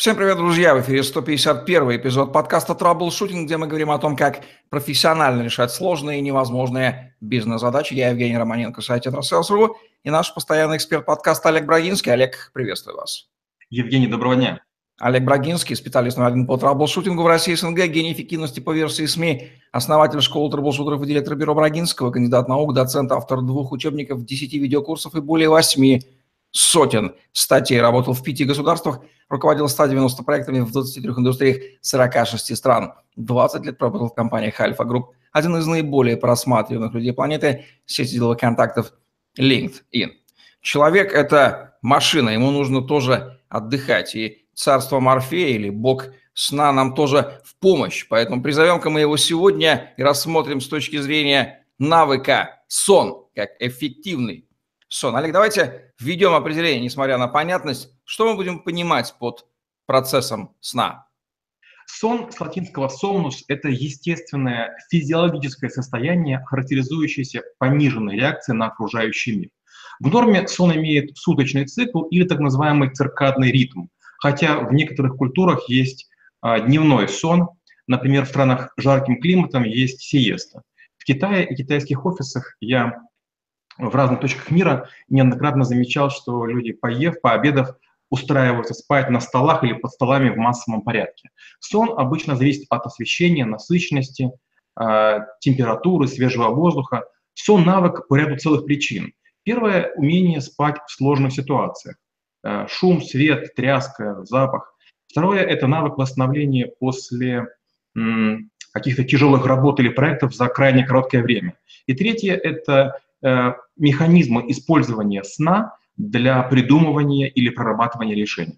Всем привет, друзья! В эфире 151 эпизод подкаста «Траблшутинг», где мы говорим о том, как профессионально решать сложные и невозможные бизнес-задачи. Я Евгений Романенко, сайт «Тетрасселс.ру», и наш постоянный эксперт подкаста Олег Брагинский. Олег, приветствую вас. Евгений, доброго дня. Олег Брагинский, специалист номер один по траблшутингу в России СНГ, гений эффективности по версии СМИ, основатель школы траблшутеров и директор бюро Брагинского, кандидат наук, доцент, автор 2 учебников, 10 видеокурсов и более 8 сотен статей, работал в 5 государствах, руководил 190 проектами в 23 индустриях 46 стран. 20 лет проработал в компаниях Альфа Групп, один из наиболее просматриваемых людей планеты, сеть деловых контактов LinkedIn. Человек – это машина, ему нужно тоже отдыхать. И царство Морфея или бог сна нам тоже в помощь. Поэтому призовем-ка мы его сегодня и рассмотрим с точки зрения навыка сон, как эффективный сон. Олег, давайте введем определение, несмотря на понятность, что мы будем понимать под процессом сна. Сон с латинского somnus – это естественное физиологическое состояние, характеризующееся пониженной реакцией на окружающий мир. В норме сон имеет суточный цикл или так называемый циркадный ритм, хотя в некоторых культурах есть дневной сон, например, в странах с жарким климатом есть сиеста. В Китае и китайских офисах я в разных точках мира неоднократно замечал, что люди, пообедав, устраиваются спать на столах или под столами в массовом порядке. Сон обычно зависит от освещения, насыщенности, температуры, свежего воздуха. Сон – навык по ряду целых причин. Первое – умение спать в сложных ситуациях. Шум, свет, тряска, запах. Второе – это навык восстановления после каких-то тяжелых работ или проектов за крайне короткое время. И третье – это механизмы использования сна для придумывания или прорабатывания решений.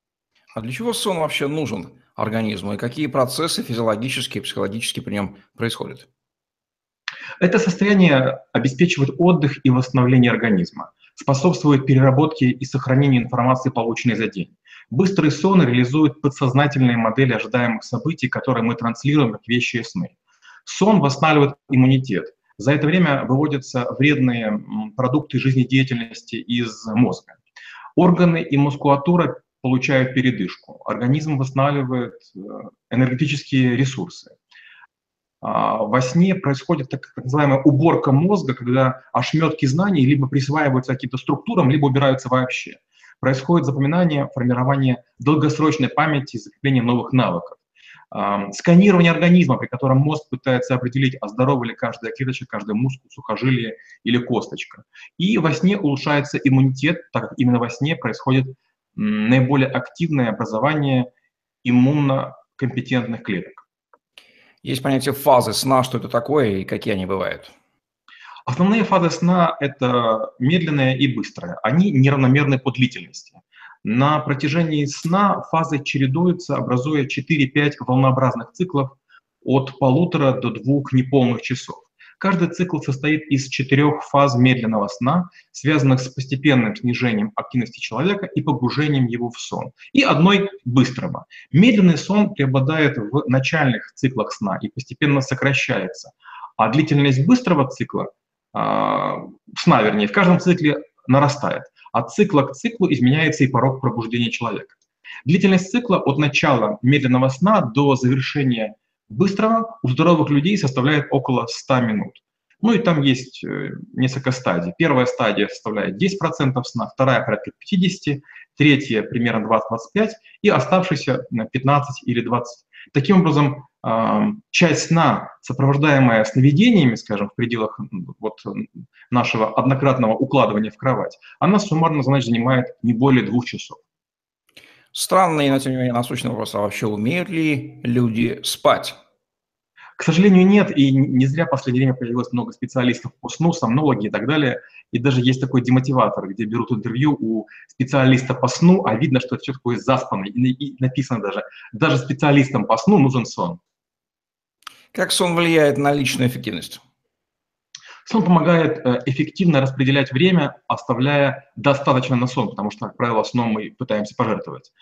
А для чего сон вообще нужен организму и какие процессы физиологические и психологические при нем происходят? Это состояние обеспечивает отдых и восстановление организма, способствует переработке и сохранению информации, полученной за день. Быстрый сон реализует подсознательные модели ожидаемых событий, которые мы транслируем как вещи и сны. Сон восстанавливает иммунитет. За это время выводятся вредные продукты жизнедеятельности из мозга. Органы и мускулатура получают передышку. Организм восстанавливает энергетические ресурсы. Во сне происходит так называемая уборка мозга, когда ошметки знаний либо присваиваются каким-то структурам, либо убираются вообще. Происходит запоминание, формирование долгосрочной памяти, закрепление новых навыков. Сканирование организма, при котором мозг пытается определить, а здорова ли каждая клеточка, каждый мускул, сухожилие или косточка. И во сне улучшается иммунитет, так как именно во сне происходит наиболее активное образование иммунокомпетентных клеток. Есть понятие фазы сна, что это такое и какие они бывают? Основные фазы сна – это медленная и быстрая. Они неравномерны по длительности. На протяжении сна фазы чередуются, образуя 4-5 волнообразных циклов от 1,5 до 2 неполных часов. Каждый цикл состоит из 4 фаз медленного сна, связанных с постепенным снижением активности человека и погружением его в сон, и одной быстрого. Медленный сон преобладает в начальных циклах сна и постепенно сокращается, а длительность быстрого цикла, сна вернее, в каждом цикле нарастает. От цикла к циклу изменяется и порог пробуждения человека. Длительность цикла от начала медленного сна до завершения быстрого у здоровых людей составляет около 100 минут. Ну и там есть несколько стадий. Первая стадия составляет 10% сна, вторая порядка 50%, третья примерно 20-25% и оставшиеся 15 или 20%. Таким образом, часть сна, сопровождаемая сновидениями, скажем, в пределах нашего однократного укладывания в кровать, она суммарно, значит, занимает не более 2 часов. Странный, но тем не менее насущный вопрос, а вообще умеют ли люди спать? К сожалению, нет, и не зря в последнее время появилось много специалистов по сну, сомнологи и так далее. И даже есть такой демотиватор, где берут интервью у специалиста по сну, а видно, что это все такое заспанный. И написано даже специалистам по сну нужен сон. Как сон влияет на личную эффективность? Сон помогает эффективно распределять время, оставляя достаточно на сон, потому что, как правило, сном мы пытаемся пожертвовать.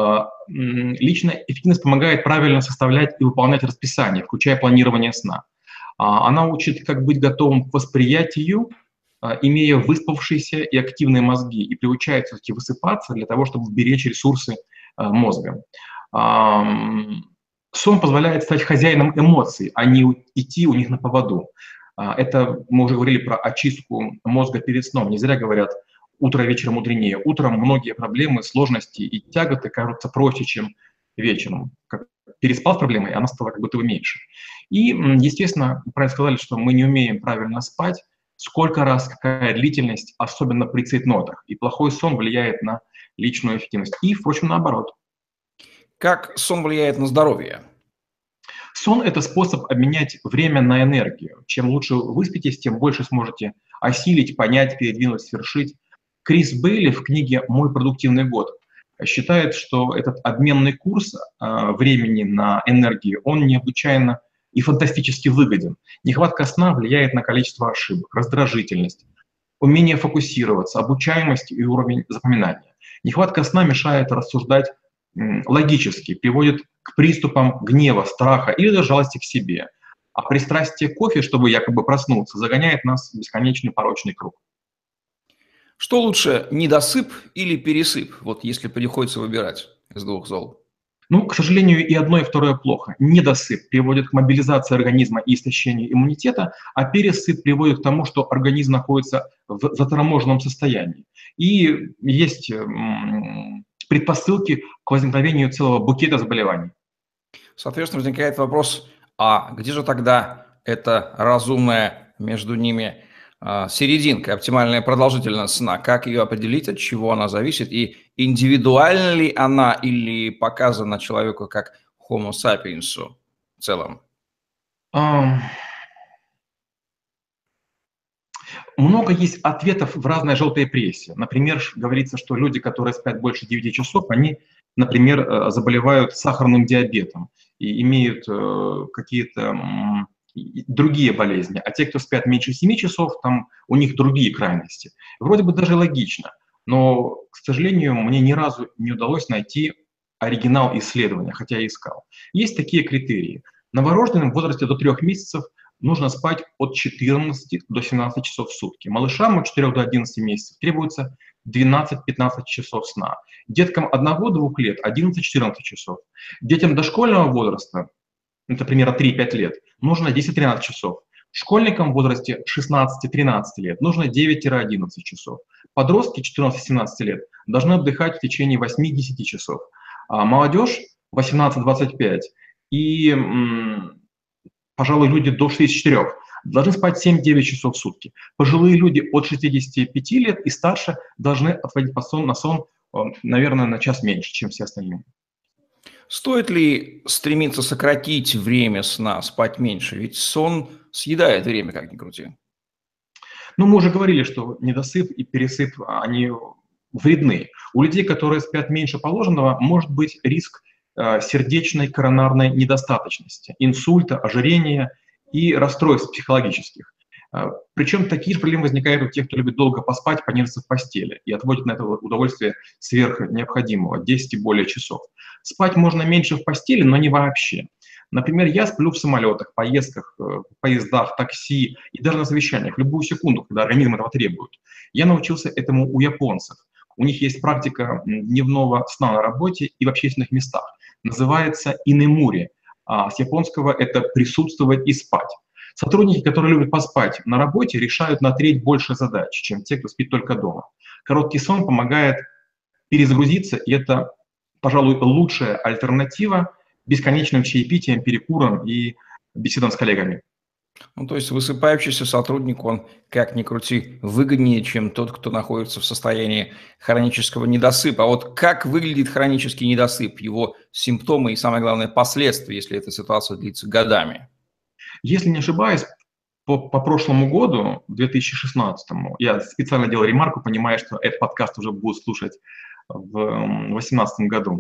Личная эффективность помогает правильно составлять и выполнять расписание, включая планирование сна. Она учит, как быть готовым к восприятию, имея выспавшиеся и активные мозги, и приучает все-таки высыпаться для того, чтобы беречь ресурсы мозга. Сон позволяет стать хозяином эмоций, а не идти у них на поводу. Это мы уже говорили про очистку мозга перед сном. Не зря говорят «утро вечером мудренее». Утром многие проблемы, сложности и тяготы кажутся проще, чем вечером. Как переспал с проблемой, она стала как будто бы меньше. И, естественно, правильно сказали, что мы не умеем правильно спать. Сколько раз, какая длительность, особенно при цейтнотах. И плохой сон влияет на личную эффективность. И, впрочем, наоборот. Как сон влияет на здоровье? Сон – это способ обменять время на энергию. Чем лучше выспитесь, тем больше сможете осилить, понять, передвинуть, свершить. Крис Бейли в книге «Мой продуктивный год» считает, что этот обменный курс времени на энергию, он необычайно и фантастически выгоден. Нехватка сна влияет на количество ошибок, раздражительность, умение фокусироваться, обучаемость и уровень запоминания. Нехватка сна мешает рассуждать логически, приводит к приступам гнева, страха или даже жалости к себе. А пристрастие к кофе, чтобы якобы проснуться, загоняет нас в бесконечный порочный круг. Что лучше, недосып или пересып, вот если приходится выбирать из двух зол? Ну, к сожалению, и одно, и второе плохо. Недосып приводит к мобилизации организма и истощению иммунитета, а пересып приводит к тому, что организм находится в заторможенном состоянии. И есть предпосылки к возникновению целого букета заболеваний. Соответственно, возникает вопрос, а где же тогда эта разумная между ними серединка, оптимальная продолжительность сна? Как ее определить, от чего она зависит? И индивидуальна ли она или показана человеку как Homo sapiens в целом? Много есть ответов в разной желтой прессе. Например, говорится, что люди, которые спят больше 9 часов, они, например, заболевают сахарным диабетом и имеют какие-то другие болезни. А те, кто спят меньше 7 часов, там у них другие крайности. Вроде бы даже логично, но, к сожалению, мне ни разу не удалось найти оригинал исследования, хотя я искал. Есть такие критерии. Новорожденным в возрасте до 3 месяцев нужно спать от 14 до 17 часов в сутки. Малышам от 4 до 11 месяцев требуется 12-15 часов сна. Деткам 1-2 лет 11-14 часов. Детям дошкольного возраста, это примерно 3-5 лет, нужно 10-13 часов. Школьникам в возрасте 16-13 лет нужно 9-11 часов. Подростки 14-17 лет должны отдыхать в течение 8-10 часов. А молодежь 18-25 и пожалуй, люди до 64 должны спать 7-9 часов в сутки. Пожилые люди от 65 лет и старше должны отводить на сон, наверное, на час меньше, чем все остальные. Стоит ли стремиться сократить время сна, спать меньше? Ведь сон съедает время, как ни крути. Ну, мы уже говорили, что недосып и пересып, они вредны. У людей, которые спят меньше положенного, может быть риск сердечной коронарной недостаточности, инсульта, ожирения и расстройств психологических. Причем такие же проблемы возникают у тех, кто любит долго поспать, понежиться в постели и отводит на это удовольствие сверх необходимого, 10 и более часов. Спать можно меньше в постели, но не вообще. Например, я сплю в самолетах, поездках, в поездах, такси и даже на совещаниях, любую секунду, когда организм этого требует. Я научился этому у японцев. У них есть практика дневного сна на работе и в общественных местах. Называется инемури. С японского это «присутствовать и спать». Сотрудники, которые любят поспать на работе, решают на треть больше задач, чем те, кто спит только дома. Короткий сон помогает перезагрузиться, и это, пожалуй, лучшая альтернатива бесконечным чаепитием, перекурам и беседам с коллегами. Ну, то есть высыпающийся сотрудник, он, как ни крути, выгоднее, чем тот, кто находится в состоянии хронического недосыпа. А вот как выглядит хронический недосып, его симптомы и, самое главное, последствия, если эта ситуация длится годами? Если не ошибаюсь, по прошлому году, 2016, я специально делал ремарку, понимая, что этот подкаст уже будут слушать в 2018 году,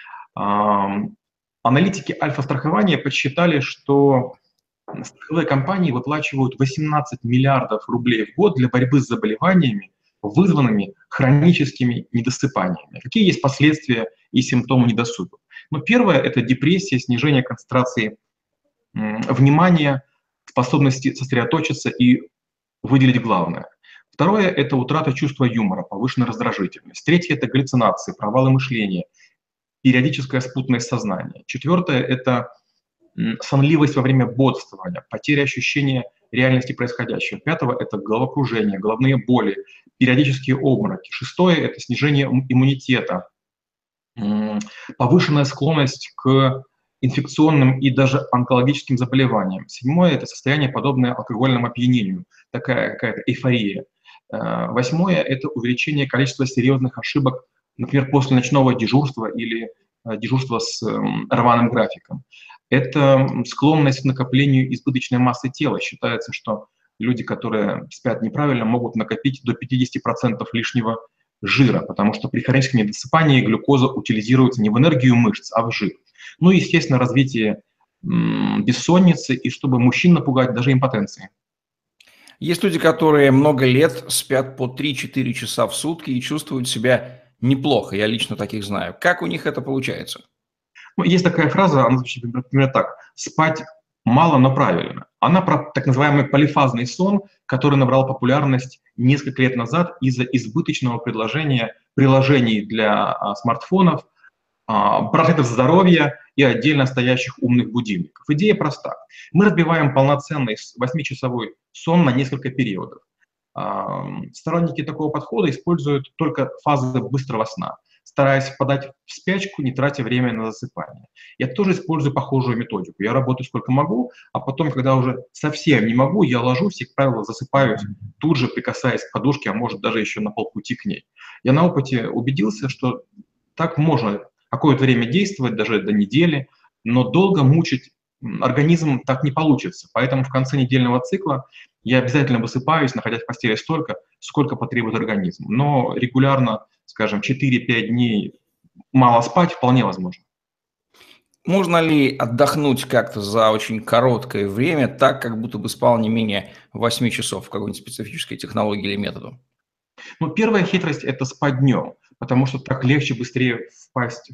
аналитики альфа-страхования подсчитали, что страховые компании выплачивают 18 миллиардов рублей в год для борьбы с заболеваниями, вызванными хроническими недосыпаниями. Какие есть последствия и симптомы недосыпа? Ну, первое – это депрессия, снижение концентрации внимания, способности сосредоточиться и выделить главное. Второе – это утрата чувства юмора, повышенная раздражительность. Третье – это галлюцинации, провалы мышления, периодическое спутность сознания. Четвертое – это сонливость во время бодрствования, потеря ощущения реальности происходящего. Пятого – это головокружение, головные боли, периодические обмороки. Шестое – это снижение иммунитета, повышенная склонность к инфекционным и даже онкологическим заболеваниям. Седьмое – это состояние, подобное алкогольному опьянению, такая какая-то эйфория. Восьмое – это увеличение количества серьезных ошибок, например, после ночного дежурства или дежурства с рваным графиком. Это склонность к накоплению избыточной массы тела. Считается, что люди, которые спят неправильно, могут накопить до 50% лишнего жира, потому что при хроническом недосыпании глюкоза утилизируется не в энергию мышц, а в жир. Ну и, естественно, развитие бессонницы, и чтобы мужчин напугать, даже импотенции. Есть люди, которые много лет спят по 3-4 часа в сутки и чувствуют себя неплохо. Я лично таких знаю. Как у них это получается? Ну, есть такая фраза, она звучит примерно так: «Спать мало, но правильно». Она про так называемый полифазный сон, который набрал популярность несколько лет назад из-за избыточного приложений для смартфонов, браслетов здоровья и отдельно стоящих умных будильников. Идея проста. Мы разбиваем полноценный 8-часовой сон на несколько периодов. Сторонники такого подхода используют только фазы быстрого сна, стараясь впадать в спячку, не тратя время на засыпание. Я тоже использую похожую методику. Я работаю сколько могу, а потом, когда уже совсем не могу, я ложусь и, как правило, засыпаюсь, тут же прикасаясь к подушке, а может даже еще на полпути к ней. Я на опыте убедился, что так можно какое-то время действовать, даже до недели, но долго мучить организм так не получится. Поэтому в конце недельного цикла я обязательно высыпаюсь, находясь в постели столько, сколько потребует организм. Но регулярно, скажем, 4-5 дней мало спать вполне возможно. Можно ли отдохнуть как-то за очень короткое время, так, как будто бы спал не менее 8 часов в какой-нибудь специфической технологии или методу? Ну, первая хитрость – это спать днем, потому что так легче быстрее впасть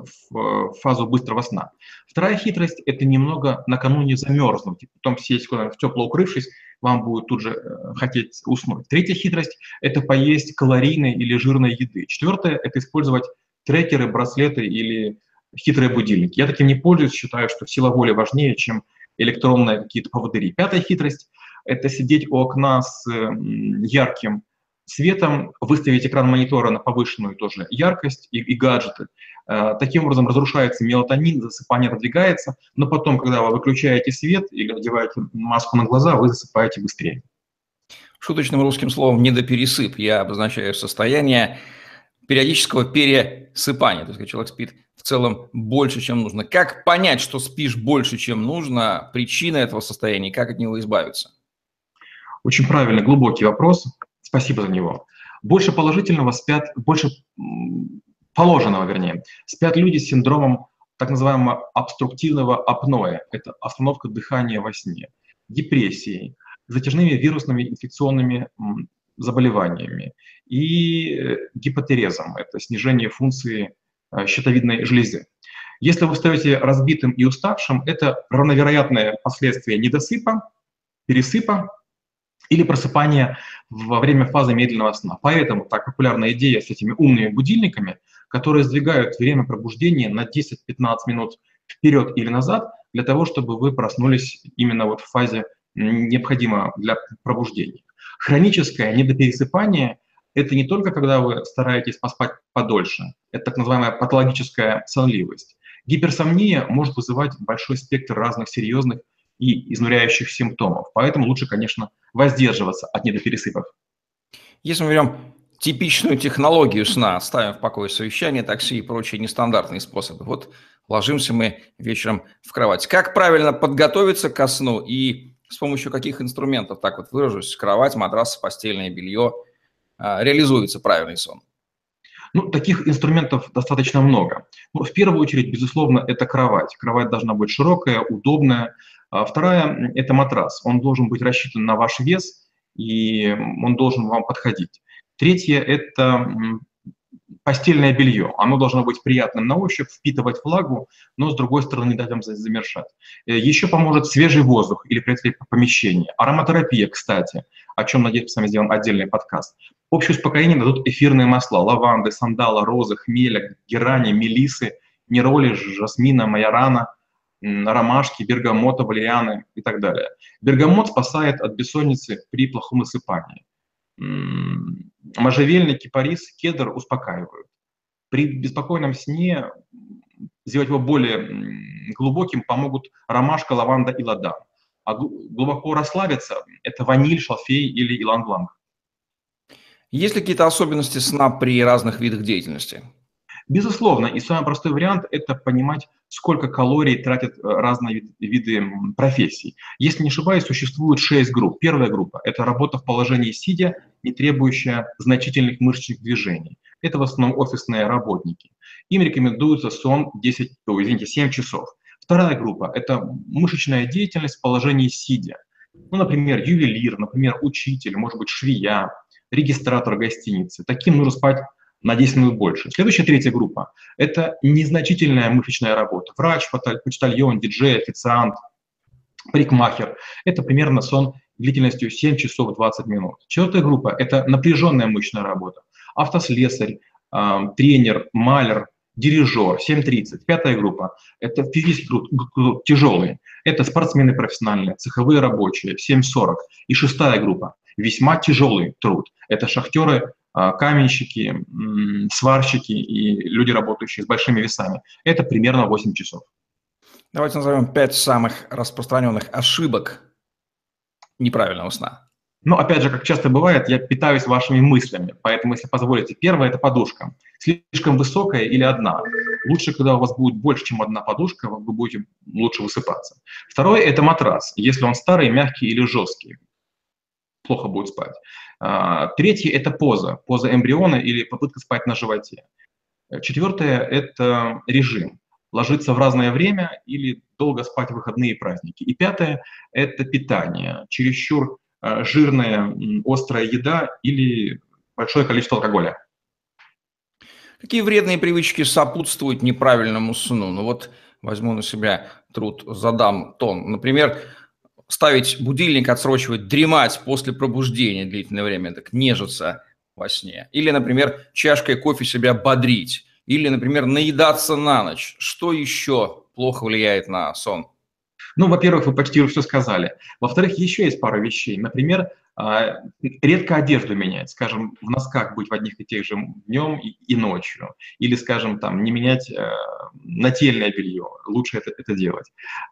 в фазу быстрого сна. Вторая хитрость – это немного накануне замерзнуть, и потом сесть куда-нибудь в тепло укрывшись, вам будет тут же хотеть уснуть. Третья хитрость – это поесть калорийной или жирной еды. Четвертое – это использовать трекеры, браслеты или хитрые будильники. Я таким не пользуюсь, считаю, что сила воли важнее, чем электронные какие-то поводыри. Пятая хитрость – это сидеть у окна с ярким светом, выставить экран монитора на повышенную тоже яркость и гаджеты. Таким образом разрушается мелатонин, засыпание продвигается, но потом, когда вы выключаете свет и надеваете маску на глаза, вы засыпаете быстрее. Шуточным русским словом «недопересып» я обозначаю состояние периодического пересыпания. То есть, когда человек спит в целом больше, чем нужно. Как понять, что спишь больше, чем нужно, причина этого состояния, как от него избавиться? Очень правильный, глубокий вопрос. Спасибо за него. Больше положительного спят, больше положенного, вернее, спят люди с синдромом так называемого обструктивного апноэ. Это остановка дыхания во сне, депрессией, затяжными вирусными инфекционными заболеваниями и гипотерезом. Это снижение функции щитовидной железы. Если вы встаете разбитым и уставшим, это равновероятное последствие недосыпа, пересыпа или просыпания во время фазы медленного сна. Поэтому так популярна идея с этими умными будильниками, которые сдвигают время пробуждения на 10-15 минут вперед или назад, для того, чтобы вы проснулись именно вот в фазе необходимой для пробуждения. Хроническое недопересыпание – это не только когда вы стараетесь поспать подольше, это так называемая патологическая сонливость. Гиперсомния может вызывать большой спектр разных серьезных и изнуряющих симптомов. Поэтому лучше, конечно, воздерживаться от недопересыпов. Если мы берем типичную технологию сна, ставим в покое совещание, такси и прочие нестандартные способы. Вот ложимся мы вечером в кровать. Как правильно подготовиться ко сну и с помощью каких инструментов, так вот выражусь, кровать, матрас, постельное белье, реализуется правильный сон? Ну, таких инструментов достаточно много. Ну, в первую очередь, безусловно, это кровать. Кровать должна быть широкая, удобная. Вторая – это матрас. Он должен быть рассчитан на ваш вес, и он должен вам подходить. Третье – это постельное белье. Оно должно быть приятным на ощупь, впитывать влагу, но, с другой стороны, не дать вам замерзать. Еще поможет свежий воздух или проветривание помещения. Ароматерапия, кстати, о чем, надеюсь, с вами сделаем отдельный подкаст. Общее успокоение дадут эфирные масла: лаванды, сандала, розы, хмеля, герани, мелисы нероли, жасмина, майорана, ромашки, бергамота, валерианы и так далее. Бергамот спасает от бессонницы при плохом высыпании. Можжевельник, кипарис, кедр успокаивают. При беспокойном сне сделать его более глубоким помогут ромашка, лаванда и ладан. А глубоко расслабиться – это ваниль, шалфей или иланг-иланг. Есть ли какие-то особенности сна при разных видах деятельности? Безусловно, и самый простой вариант – это понимать, сколько калорий тратят разные виды профессий. Если не ошибаюсь, существует 6 групп. Первая группа – это работа в положении сидя, не требующая значительных мышечных движений. Это в основном офисные работники. Им рекомендуется сон 7 часов. Вторая группа – это мышечная деятельность в положении сидя. Ну, например, ювелир, например, учитель, может быть, швея, регистратор гостиницы. Таким нужно спать на 10 минут больше. Следующая, третья группа – это незначительная мышечная работа. Врач, почтальон, диджей, официант, парикмахер. Это примерно сон длительностью 7 часов 20 минут. Четвертая группа – это напряженная мышечная работа. Автослесарь, тренер, маляр, дирижер, 7:30. Пятая группа – это физический труд тяжелый. Это спортсмены профессиональные, цеховые рабочие, 7:40. И шестая группа – весьма тяжелый труд. Это шахтеры, каменщики, сварщики и люди, работающие с большими весами. Это примерно 8 часов. Давайте назовем 5 самых распространенных ошибок неправильного сна. Но опять же, как часто бывает, я питаюсь вашими мыслями, поэтому, если позволите, первое – это подушка. Слишком высокая или одна. Лучше, когда у вас будет больше, чем одна подушка, вы будете лучше высыпаться. Второе – это матрас. Если он старый, мягкий или жесткий, плохо будет спать. Третье – это поза эмбриона или попытка спать на животе. Четвертое – это режим. Ложиться в разное время или долго спать в выходные и праздники. И пятое – это питание. Чересчур жирная, острая еда или большое количество алкоголя. Какие вредные привычки сопутствуют неправильному сну? Ну вот возьму на себя труд, задам тон. Например, ставить будильник, отсрочивать, дремать после пробуждения длительное время, так нежиться во сне. Или, например, чашкой кофе себя бодрить. Или, например, наедаться на ночь. Что еще плохо влияет на сон? Ну, во-первых, вы почти все сказали. Во-вторых, еще есть пара вещей. Например, редко одежду менять. Скажем, в носках быть в одних и тех же днем и ночью. Или, скажем, там, не менять нательное белье. Лучше это делать.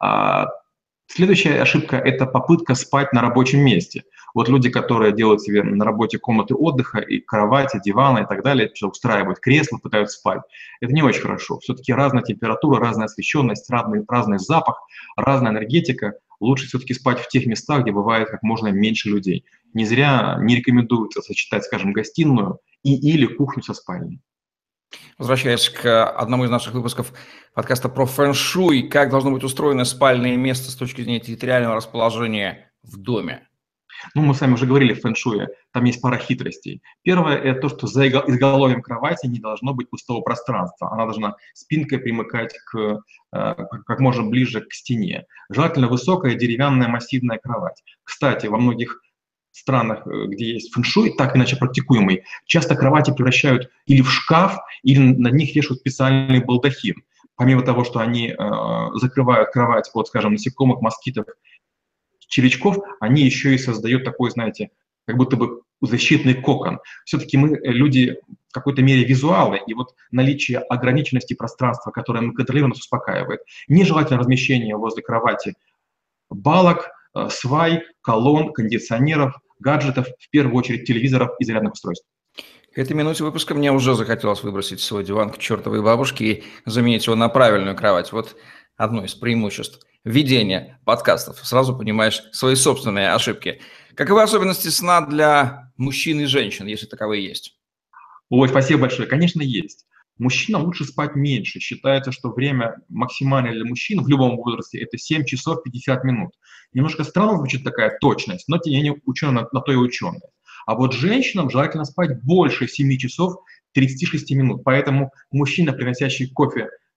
Следующая ошибка – это попытка спать на рабочем месте. Вот люди, которые делают себе на работе комнаты отдыха, и кровати, диваны и так далее, устраивают кресла, пытаются спать. Это не очень хорошо. Все-таки разная температура, разная освещенность, разный запах, разная энергетика. Лучше все-таки спать в тех местах, где бывает как можно меньше людей. Не зря не рекомендуется сочетать, скажем, гостиную или кухню со спальней. Возвращаясь к одному из наших выпусков подкаста про фэн-шуй, как должно быть устроено спальное место с точки зрения территориального расположения в доме? Ну, мы с вами уже говорили в фэн-шуе, там есть пара хитростей. Первое – это то, что за изголовьем кровати не должно быть пустого пространства. Она должна спинкой примыкать как можно ближе к стене. Желательно высокая деревянная массивная кровать. Кстати, во многих странах, где есть фэн-шуй, так иначе практикуемый, часто кровати превращают или в шкаф, или на них вешают специальный балдахин. Помимо того, что они закрывают кровать от, скажем, насекомых, москитов, червячков, они еще и создают такой, знаете, как будто бы защитный кокон. Все-таки мы, люди, в какой-то мере визуалы, и вот наличие ограниченности пространства, которое мы контролируем, нас успокаивает. Нежелательно размещение возле кровати балок, свай, колонн, кондиционеров, гаджетов, в первую очередь телевизоров и зарядных устройств. К этой минуте выпуска мне уже захотелось выбросить свой диван к чертовой бабушке и заменить его на правильную кровать. Вот одно из преимуществ ведения подкастов. Сразу понимаешь свои собственные ошибки. Каковы особенности сна для мужчин и женщин, если таковые есть? Ой, спасибо большое. Конечно, есть. Мужчинам лучше спать меньше. Считается, что время максимальное для мужчин в любом возрасте – это 7 часов 50 минут. Немножко странно звучит такая точность, но тем не менее ученые на то и ученые. А вот женщинам желательно спать больше 7 часов 36 минут. Поэтому мужчина, приносящий кофе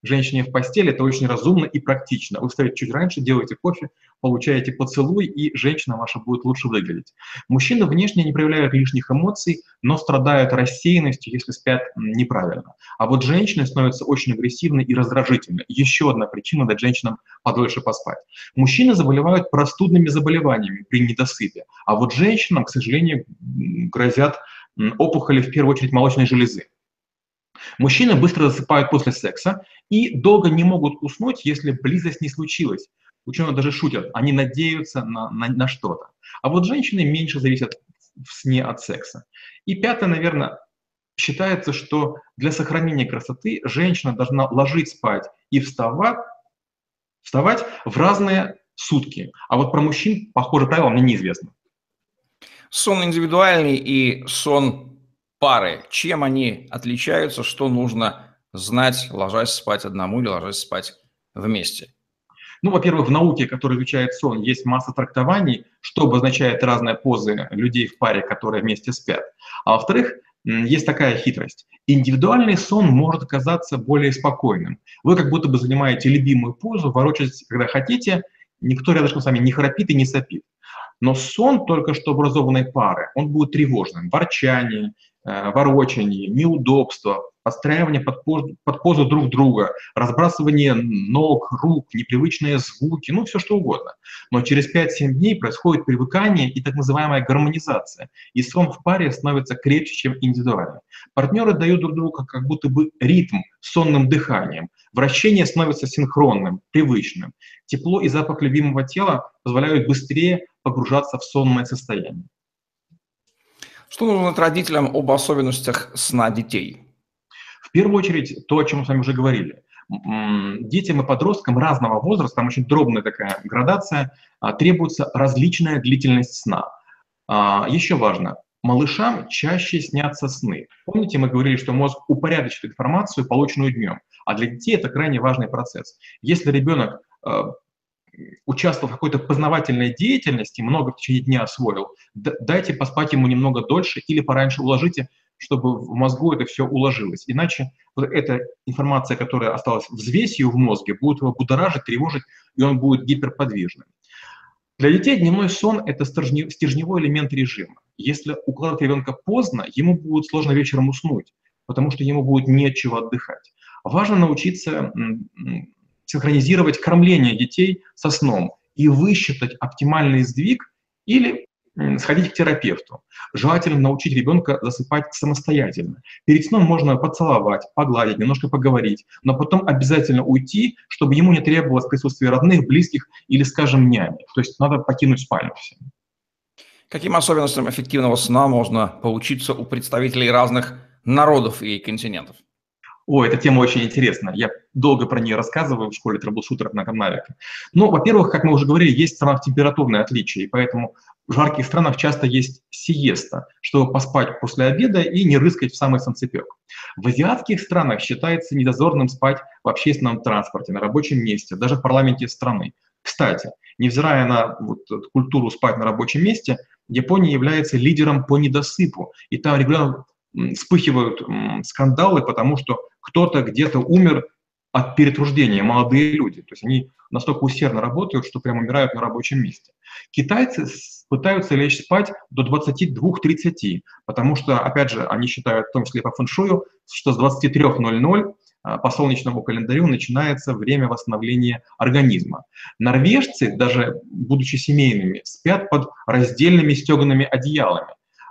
женщине в постели, это очень разумно и практично. Вы встаете чуть раньше, делаете кофе, получаете поцелуй, и женщина ваша будет лучше выглядеть. Мужчины внешне не проявляют лишних эмоций, но страдают рассеянностью, если спят неправильно. А вот женщины становятся очень агрессивны и раздражительны. Еще одна причина дать женщинам подольше поспать. Мужчины заболевают простудными заболеваниями при недосыпе, а вот женщинам, к сожалению, грозят опухоли в первую очередь молочной железы. Мужчины быстро засыпают после секса и долго не могут уснуть, если близость не случилась. Ученые даже шутят, они надеются на что-то. А вот женщины меньше зависят в сне от секса. И пятое, наверное, считается, что для сохранения красоты женщина должна ложиться спать и вставать в разные сутки. А вот про мужчин, похоже, правило мне неизвестно. Сон индивидуальный и сон пары. Чем они отличаются, что нужно знать, ложась спать одному или ложась спать вместе? Ну, во-первых, в науке, которая изучает сон, есть масса трактований, что обозначает разные позы людей в паре, которые вместе спят. А во-вторых, есть такая хитрость. Индивидуальный сон может казаться более спокойным. Вы как будто бы занимаете любимую позу, ворочаетесь, когда хотите, никто рядышком с вами не храпит и не сопит. Но сон только что образованной пары, он будет тревожным. Ворчание, ворочание, неудобство, подстраивание под позу друг друга, разбрасывание ног, рук, непривычные звуки, ну все что угодно. Но через 5-7 дней происходит привыкание и так называемая гармонизация. И сон в паре становится крепче, чем индивидуально. Партнеры дают друг другу как будто бы ритм сонным дыханием. Вращение становится синхронным, привычным. Тепло и запах любимого тела позволяют быстрее погружаться в сонное состояние. Что нужно знать родителям об особенностях сна детей? В первую очередь, то, о чем мы с вами уже говорили. Детям и подросткам разного возраста, там очень дробная такая градация, требуется различная длительность сна. Еще важно, малышам чаще снятся сны. Помните, мы говорили, что мозг упорядочит информацию, полученную днем, а для детей это крайне важный процесс. Если ребенок участвовал в какой-то познавательной деятельности, много в течение дня освоил, дайте поспать ему немного дольше или пораньше уложите, чтобы в мозгу это все уложилось. Иначе вот эта информация, которая осталась взвесью в мозге, будет его будоражить, тревожить, и он будет гиперподвижным. Для детей дневной сон – это стержневой элемент режима. Если укладывать ребенка поздно, ему будет сложно вечером уснуть, потому что ему будет нечего отдыхать. Важно научиться синхронизировать кормление детей со сном и высчитать оптимальный сдвиг или сходить к терапевту. Желательно научить ребенка засыпать самостоятельно. Перед сном можно поцеловать, погладить, немножко поговорить, но потом обязательно уйти, чтобы ему не требовалось присутствие родных, близких или, скажем, няни. То есть надо покинуть спальню всем. Каким особенностям эффективного сна можно поучиться у представителей разных народов и континентов? О, эта тема очень интересная. Я долго про нее рассказываю в школе трэблшутеров на Навике. Ну, во-первых, как мы уже говорили, есть в странах температурные отличия, и поэтому в жарких странах часто есть сиеста, чтобы поспать после обеда и не рыскать в самый солнцепек. В азиатских странах считается недозорным спать в общественном транспорте, на рабочем месте, даже в парламенте страны. Кстати, невзирая на культуру спать на рабочем месте, Япония является лидером по недосыпу, и там регулярно вспыхивают скандалы, потому что кто-то где-то умер от перетруждения, молодые люди. То есть они настолько усердно работают, что прямо умирают на рабочем месте. Китайцы пытаются лечь спать до 22:30, потому что, опять же, они считают, в том числе по фэншую, что с 23:00 по солнечному календарю начинается время восстановления организма. Норвежцы, даже будучи семейными, спят под раздельными стегаными одеялами,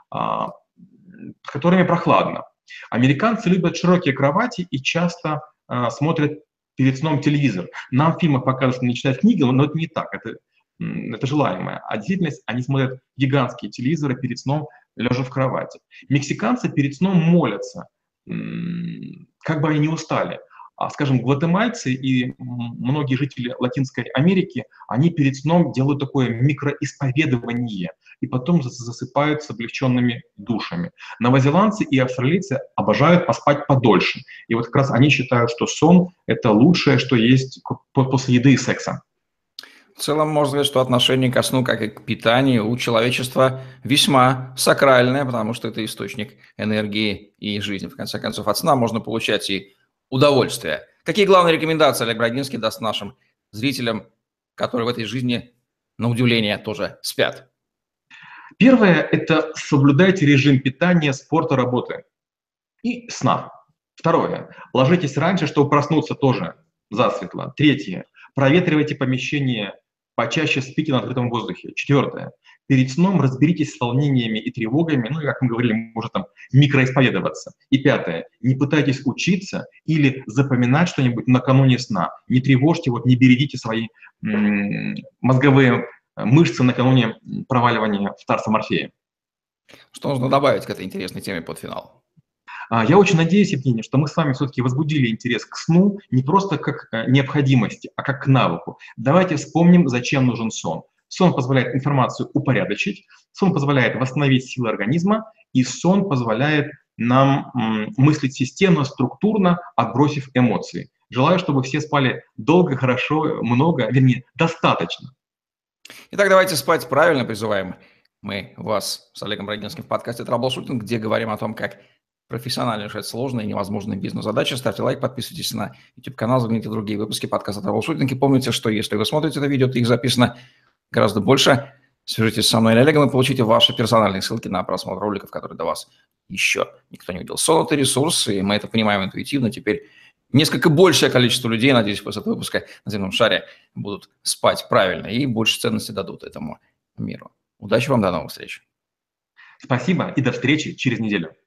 с которыми прохладно. Американцы любят широкие кровати и часто смотрят перед сном телевизор. Нам в фильмах показывают, что они читают книги, но это не так, это желаемое. А действительно, они смотрят гигантские телевизоры перед сном, лежа в кровати. Мексиканцы перед сном молятся, как бы они ни устали. Скажем, гватемальцы и многие жители Латинской Америки, они перед сном делают такое микроисповедование и потом засыпают с облегченными душами. Новозеландцы и австралийцы обожают поспать подольше. И вот как раз они считают, что сон – это лучшее, что есть после еды и секса. В целом, можно сказать, что отношение ко сну, как и к питанию, у человечества весьма сакральное, потому что это источник энергии и жизни. В конце концов, от сна можно получать и удовольствие. Какие главные рекомендации Олег Брагинский даст нашим зрителям, которые в этой жизни, на удивление, тоже спят? Первое – это соблюдайте режим питания, спорта, работы и сна. Второе – ложитесь раньше, чтобы проснуться тоже засветло. Третье – проветривайте помещение, почаще спите на открытом воздухе. Четвертое – перед сном разберитесь с волнениями и тревогами, ну и, как мы говорили, может там микроисповедоваться. И пятое – не пытайтесь учиться или запоминать что-нибудь накануне сна. Не тревожьте, не бередите свои мозговые мышцы накануне проваливания в царство Морфея. Что нужно добавить к этой интересной теме под финал? Я очень надеюсь, Евгений, что мы с вами все-таки возбудили интерес к сну не просто как необходимости, а как к навыку. Давайте вспомним, зачем нужен сон. Сон позволяет информацию упорядочить, сон позволяет восстановить силы организма, и сон позволяет нам мыслить системно, структурно, отбросив эмоции. Желаю, чтобы все спали долго, хорошо, много, вернее, достаточно. Итак, давайте спать правильно, призываем мы вас с Олегом Брагинским в подкасте «Траблшутинг», где говорим о том, как профессионально решать сложные и невозможные бизнес-задачи. Ставьте лайк, подписывайтесь на YouTube-канал, загляните в другие выпуски подкаста «Траблшутинг». И помните, что если вы смотрите это видео, то их записано гораздо больше. Свяжитесь со мной или Олегом и получите ваши персональные ссылки на просмотр роликов, которые до вас еще никто не видел. Сон – это ресурс, и мы это понимаем интуитивно. Теперь несколько большее количество людей, надеюсь, после этого выпуска на земном шаре будут спать правильно и больше ценности дадут этому миру. Удачи вам, до новых встреч. Спасибо и до встречи через неделю.